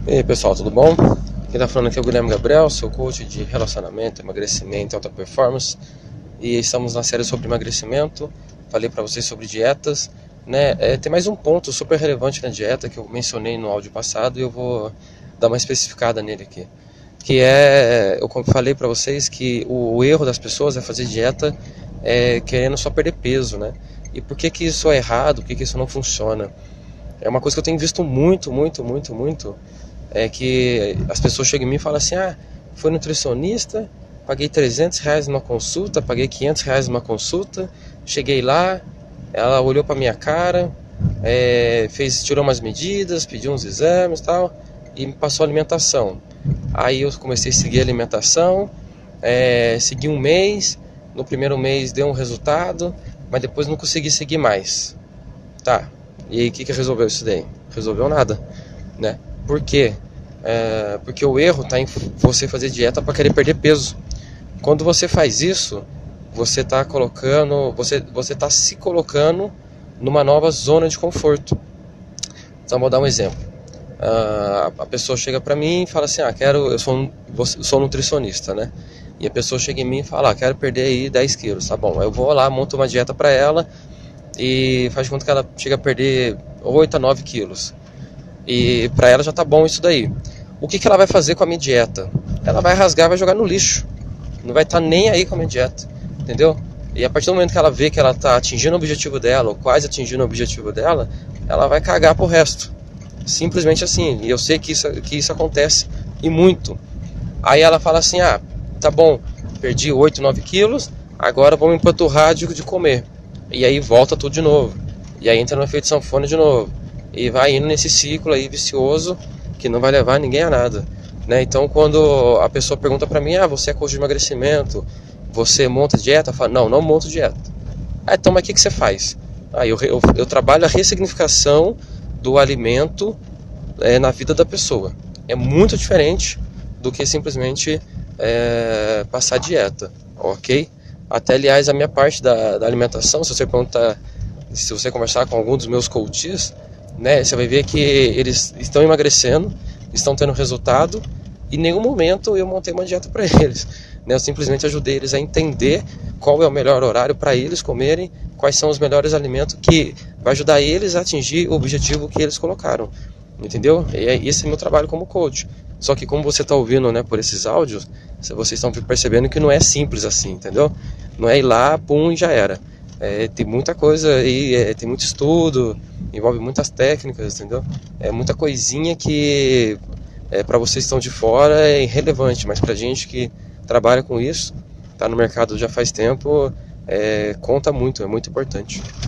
E aí pessoal, tudo bom? Quem tá falando aqui é o Guilherme Gabriel, sou coach de relacionamento, emagrecimento e alta performance. E estamos na série sobre emagrecimento. Falei para vocês sobre dietas, né? Tem mais um ponto super relevante na dieta que eu mencionei no áudio passado e eu vou dar uma especificada nele aqui. Que eu falei para vocês que o erro das pessoas é fazer dieta querendo só perder peso, né? E por que que isso é errado? Por que que isso não funciona? É uma coisa que eu tenho visto muito, é que as pessoas chegam em mim e falam assim: fui nutricionista, paguei R$ 300 numa consulta, paguei R$ 500 numa consulta, cheguei lá, ela olhou pra minha cara, tirou umas medidas, pediu uns exames e tal, e me passou alimentação. Aí eu comecei a seguir a alimentação, segui um mês, no primeiro mês deu um resultado, mas depois não consegui seguir mais. Tá, e aí o que resolveu isso daí? Resolveu nada, né? Por quê? Porque o erro está em você fazer dieta para querer perder peso. Quando você faz isso, você está se colocando numa nova zona de conforto. Então vou dar um exemplo. A pessoa chega para mim e fala assim: eu sou nutricionista, né? E a pessoa chega em mim e fala: quero perder aí 10 quilos. Tá bom, eu vou lá, monto uma dieta para ela e faz de conta que ela chega a perder 8 a 9 quilos. E para ela já tá bom isso daí. O que ela vai fazer com a minha dieta? Ela vai rasgar, vai jogar no lixo. Não vai estar nem aí com a minha dieta, entendeu? E a partir do momento que ela vê que ela tá atingindo o objetivo dela, ou quase atingindo o objetivo dela, ela vai cagar pro resto. Simples assim. E eu sei que isso acontece, e muito. Aí ela fala assim: tá bom, perdi 8, 9 quilos, agora vamos empanturrar de comer. E aí volta tudo de novo. E aí entra no efeito sanfona de novo. E vai indo nesse ciclo aí vicioso que não vai levar ninguém a nada, né? Então quando a pessoa pergunta pra mim: você é coach de emagrecimento, você monta dieta? Eu falo: não monto dieta. Então mas o que você faz? Eu trabalho a ressignificação do alimento na vida da pessoa. É muito diferente do que simplesmente passar dieta, ok? Até aliás, a minha parte da alimentação, se você conversar com algum dos meus coaches, né, você vai ver que eles estão emagrecendo, estão tendo resultado, e em nenhum momento eu montei uma dieta para eles, né? Eu simplesmente ajudei eles a entender qual é o melhor horário para eles comerem, quais são os melhores alimentos que vai ajudar eles a atingir o objetivo que eles colocaram, entendeu? E esse é meu trabalho como coach. Só que como você está ouvindo, né, por esses áudios, vocês estão percebendo que não é simples assim, entendeu? Não é ir lá, pum, e já era. Tem muita coisa aí, tem muito estudo, envolve muitas técnicas, entendeu? É muita coisinha que para vocês que estão de fora é irrelevante, mas pra gente que trabalha com isso, tá no mercado já faz tempo, conta muito, é muito importante.